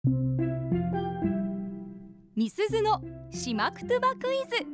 みすずのしまくとばクイズ。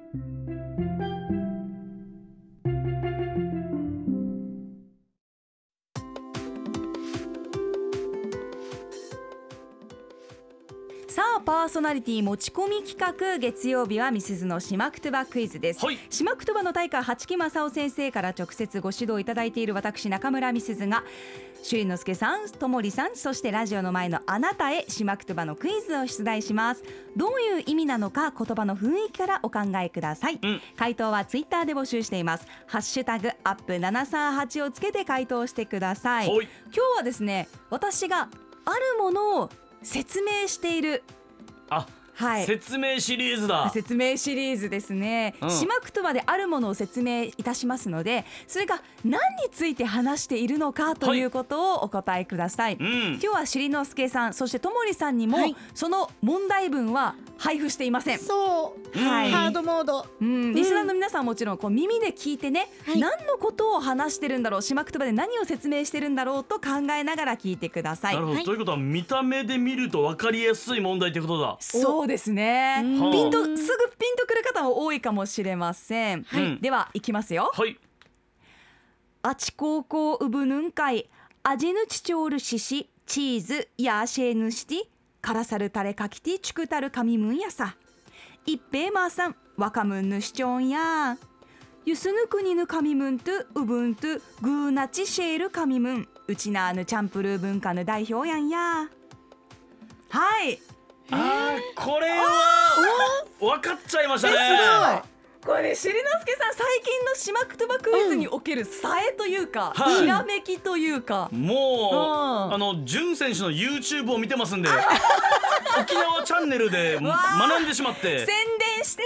さあ、パーソナリティ持ち込み企画、月曜日はみすずのしまくとばクイズです。 はい、 しまくとばの大家八木正夫先生から直接ご指導いただいている私中村みすずが、朱里之助さん、ともりさん、そしてラジオの前のあなたへしまくとばのクイズを出題します。どういう意味なのか、言葉の雰囲気からお考えください。回答はツイッターで募集しています。ハッシュタグアップ738をつけて回答してください。今日はですね、私があるものを説明している、 説明シリーズだ。 説明シリーズですね。しまくとばであるものを説明いたしますので、それが何について話しているのかということをお答えください。今日は朱里之助さん、そしてともりさんにも、その問題文は配布していません。 そう、ハードモード。 リスナーの皆さんはもちろん耳で聞いてね、何のことを話してるんだろう、しまくとばで何を説明してるんだろうと考えながら聞いてください。 なるほど、ということは見た目で見ると分かりやすい問題ってことだ。 そうですね。すぐピンとくる方も多いかもしれません。ではいきますよ。あちこうこううぶぬんかいあじぬちちょうるししチーズやーシェーヌシティからさるたれかきてちくたるかみむんやさいっぺーまーさんわかむんぬしちょんやゆすぬくにぬかみむんとうぶんとぐーなちシェールかみむんうちなーぬチャンプルー文化の代表やんや。はい、 これは分かっちゃいましたね。 すごい。 これね、朱里之助さん最近のしまくとばクイズにおけるさえというか、ひらめきというか、 もう潤選手の YouTube を見てますんで沖縄チャンネルで学んでしまって宣伝してる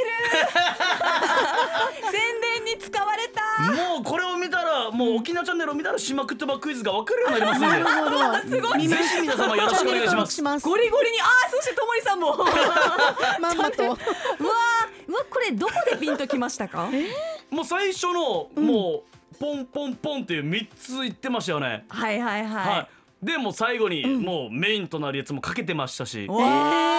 宣伝に使われた。 もうこれを見たら、もう沖縄チャンネルを見たらしまくとばクイズが分かるようになりますんで、 すごい。 ぜひ皆様よろしくお願いします。 ゴリゴリに、そしてともりさんもまんまと。 うわ、これどこでピンときましたか？ もう最初のもうポンポンポンっていう3つ言ってましたよね。でもう最後にもうメインとなるやつもかけてましたし。ともり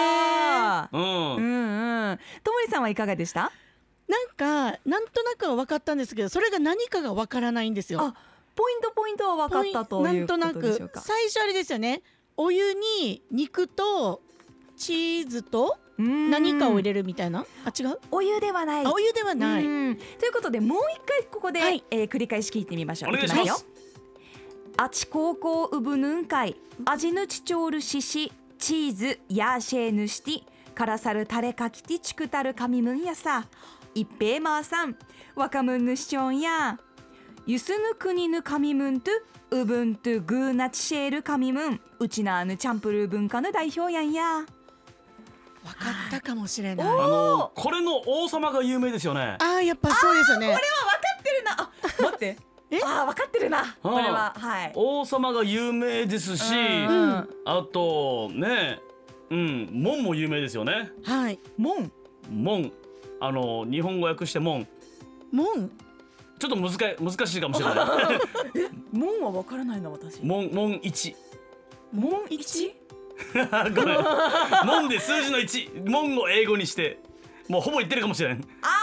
さんはいかがでした？ なんとなくは分かったんですけど、それが何かが分からないんですよ。 ポイントは分かったということでしょうか？ 最初あれですよね、お湯に肉とチーズと何かを入れるみたいな。違う？ お湯ではない。 お湯ではない。 ということで、もう一回ここで、繰り返し聞いてみましょう。 お願いします。 あちこうこううぶぬんかいあじぬちちょうるししチーズやーシェーヌシティからさるたれかきてちくたるかみむんやさいっぺーまーさんわかむんぬしちょんやゆすぬくにぬかみむんとうぶんとぐーなちシェールかみむんうちなーぬチャンプルー文化の代表やんや。 分かったかもしれない。 これの王様が有名ですよね。 やっぱそうですよね。 これは分かってるな。待って分かってるな。これは王様が有名ですし、あとね、門も有名ですよね。門、日本語訳して門。ちょっと難しいかもしれない門は分からないな、私。 門一。 門一？ ごめん、門で数字の1、門を英語にしてもうほぼ言ってるかもしれない。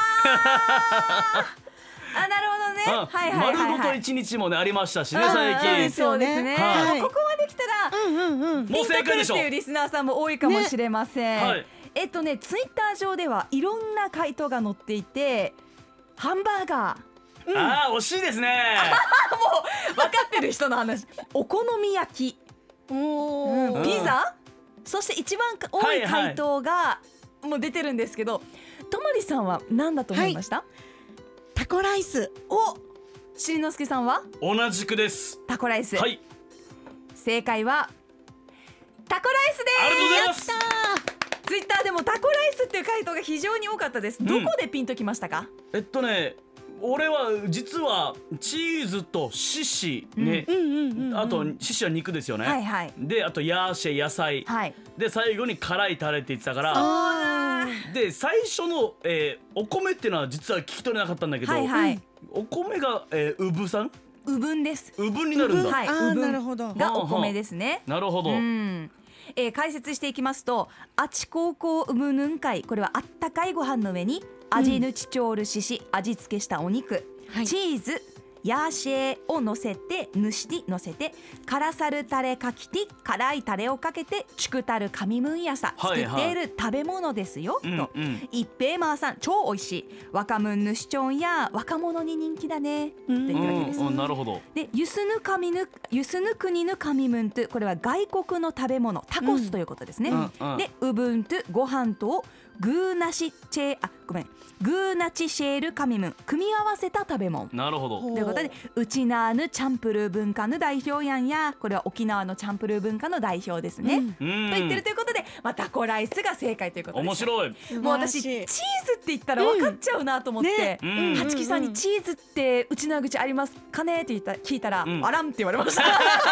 なるほどね。 丸ごと1日もねありましたしね、最近。 そうですね。ここまで来たらもう正解でしょっていうリスナーさんも多いかもしれません。ツイッター上ではいろんな回答が載っていて、ハンバーガー、 惜しいですねもう分かってる人の話。お好み焼き、ピザ、そして一番多い回答がもう出てるんですけど、ともりさんは何だと思いました？ タコライス。 朱里之助さんは？ 同じくです。 タコライス。正解はタコライスです。 ありがとうございます。 ツイッターでもタコライスっていう回答が非常に多かったです。どこでピンときましたか？ 俺は実はチーズとシシね、あとシシは肉ですよね。であとヤーシェ野菜、で最後に辛いタレって言ってたから、で最初の、お米っていうのは実は聞き取れなかったんだけど、お米が、うぶさん？ うぶんです。 うぶんになるんだ。 うぶんがお米ですね。 なるほど。 解説していきますと、あちこうこううむぬんかい、これはあったかいご飯の上に味ぬちちょうるしし、味付けしたお肉、チーズ、ヤーシェを乗せて、ぬして乗せて、辛さるタレかきて、辛いタレをかけてチュクタルカミムンやさ作っている食べ物ですよ、と。一平マーさん、超おいしい若むんぬしちょんや若者に人気だねと言ってるわけです。 なるほど。 でユスヌ国のカミムント、これは外国の食べ物、タコスということですね。でウブント、ご飯とグーナチシェールカミムン、組み合わせた食べ物。 なるほど。 ということで、ウチナーヌチャンプルー文化の代表やんや、これは沖縄のチャンプルー文化の代表ですね、と言ってるということで、タコライスが正解ということです。 面白い。 もう私チーズって言ったら分かっちゃうなと思って、はちきさんにチーズってうちな口ありますかねって聞いたら、あらんって言われました。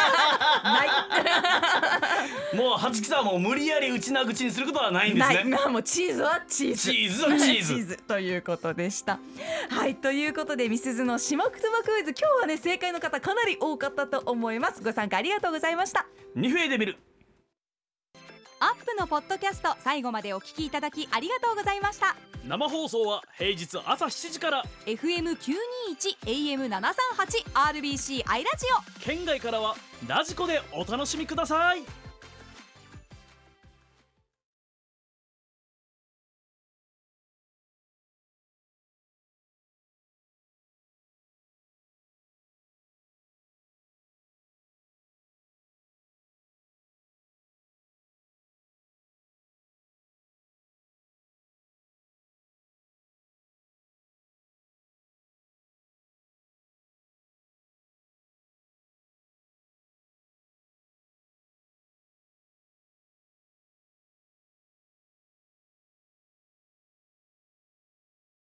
ないもうはちきさんはもう無理やりうちな口にすることはないんですね。 もうチーズはチーズ、 チーズはチーズということでした。はい、ということでみすずのしもくともクイズ、今日はね正解の方かなり多かったと思います。ご参加ありがとうございました。 2フェで見るアップのポッドキャスト、最後までお聞きいただきありがとうございました。 生放送は平日朝7時から FM921 AM738 RBC アイラジオ、 県外からはラジコでお楽しみください。